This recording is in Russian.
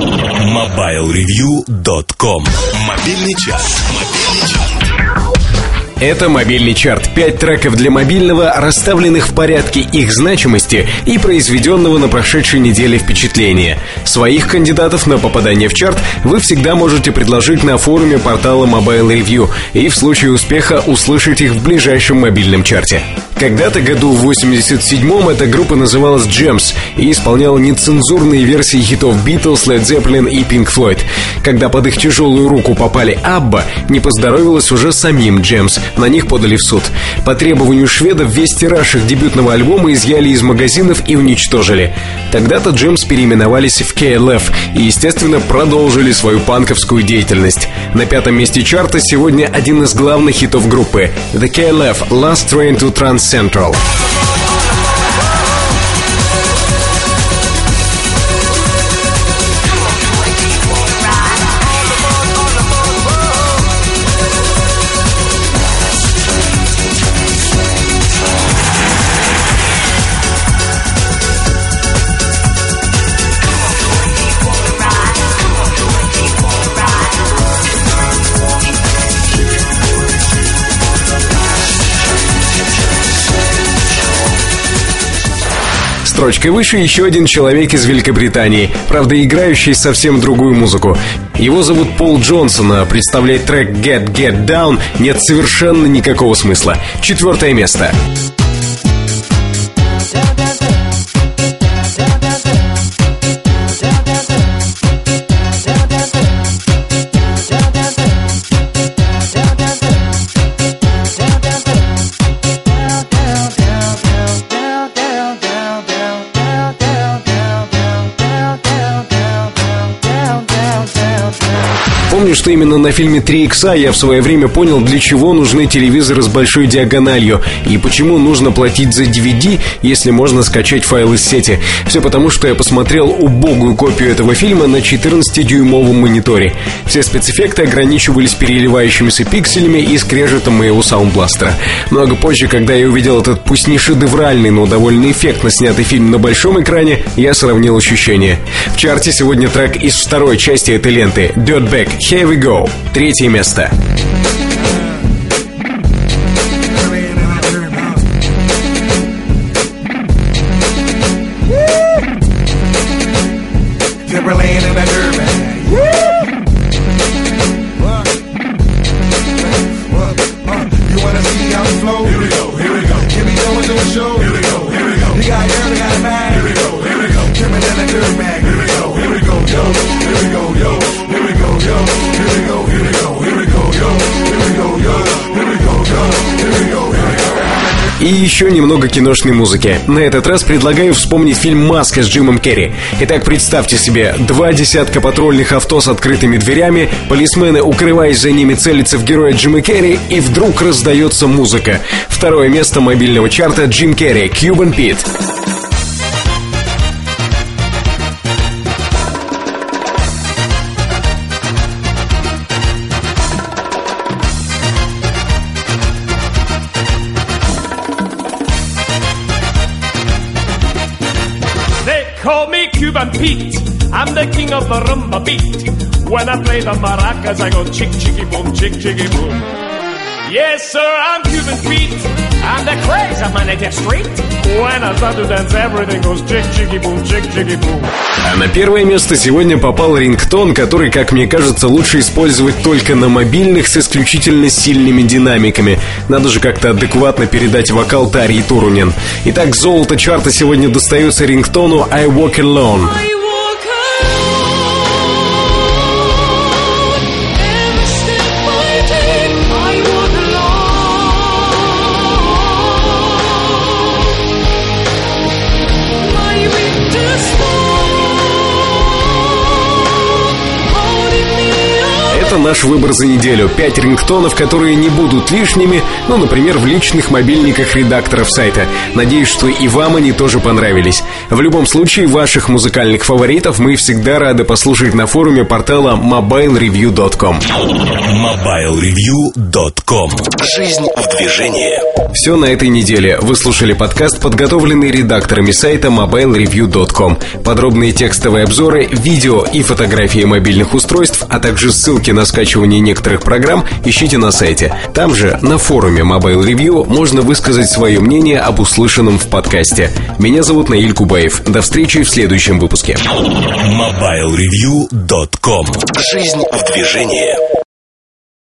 MobileReview.com. Мобильный час. Это мобильный чарт. 5 треков для мобильного, расставленных в порядке их значимости и произведенного на прошедшей неделе впечатления. Своих кандидатов на попадание в чарт вы всегда можете предложить на форуме портала Mobile Review и в случае успеха услышать их в ближайшем мобильном чарте. Когда-то году в 87-м эта группа называлась Gems и исполняла нецензурные версии хитов Beatles, Led Zeppelin и Pink Floyd. Когда под их тяжелую руку попали ABBA, не поздоровилось уже самим Gems. На них подали в суд. По требованию шведов весь тираж их дебютного альбома изъяли из магазинов и уничтожили. Тогда-то Gems переименовались в KLF и, естественно, продолжили свою панковскую деятельность. На 5-м месте чарта сегодня один из главных хитов группы The KLF Last Train to Trans Central. Строчкой выше еще один человек из Великобритании, правда играющий совсем другую музыку. Его зовут Пол Джонсон, а представлять трек Get Down нет совершенно никакого смысла. 4-е место. Помню, что именно на фильме 3 икса я в свое время понял, для чего нужны телевизоры с большой диагональю и почему нужно платить за DVD, если можно скачать файл из сети. Все потому, что я посмотрел убогую копию этого фильма на 14-дюймовом мониторе. Все спецэффекты ограничивались переливающимися пикселями и скрежетом моего саундбластера. Много позже, когда я увидел этот пусть не шедевральный, но довольно эффектно снятый фильм на большом экране, я сравнил ощущения. В чарте сегодня трек из второй части этой ленты Dirtbag. Here we go. 3-е место. И еще немного киношной музыки. На этот раз предлагаю вспомнить фильм «Маска» с Джимом Керри. Итак, представьте себе, 2 десятка патрульных авто с открытыми дверями, полисмены, укрываясь за ними, целятся в героя Джима Керри, и вдруг раздается музыка. 2-е место мобильного чарта Джим Керри, Cuban Pete. Call me Cuban Pete, I'm the king of the rumba beat. When I play the maracas, I go chick, chicky, boom, chick, chicky, boom. Yes, sir, I'm Cuban Pete, I'm the crazy of my native street. When I start to dance, everything goes chick, chicky, boom, chick, chicky, boom. А на 1-е место сегодня попал рингтон, который, как мне кажется, лучше использовать только на мобильных с исключительно сильными динамиками. Надо же как-то адекватно передать вокал Тарьи Турунен. Итак, золото чарта сегодня достается рингтону I Walk Alone. Это наш выбор за неделю. 5 рингтонов, которые не будут лишними, например, в личных мобильниках редакторов сайта. Надеюсь, что и вам они тоже понравились. В любом случае, ваших музыкальных фаворитов мы всегда рады послушать на форуме портала mobilereview.com. mobilereview.com. Жизнь в движении. Все на этой неделе. Вы слушали подкаст, подготовленный редакторами сайта mobilereview.com. Подробные текстовые обзоры, видео и фотографии мобильных устройств, а также ссылки на скачивание некоторых программ ищите на сайте. Там же, на форуме Mobile Review, можно высказать свое мнение об услышанном в подкасте. Меня зовут Наиль Кубаев. До встречи в следующем выпуске. mobilereview.com. Жизнь в движении.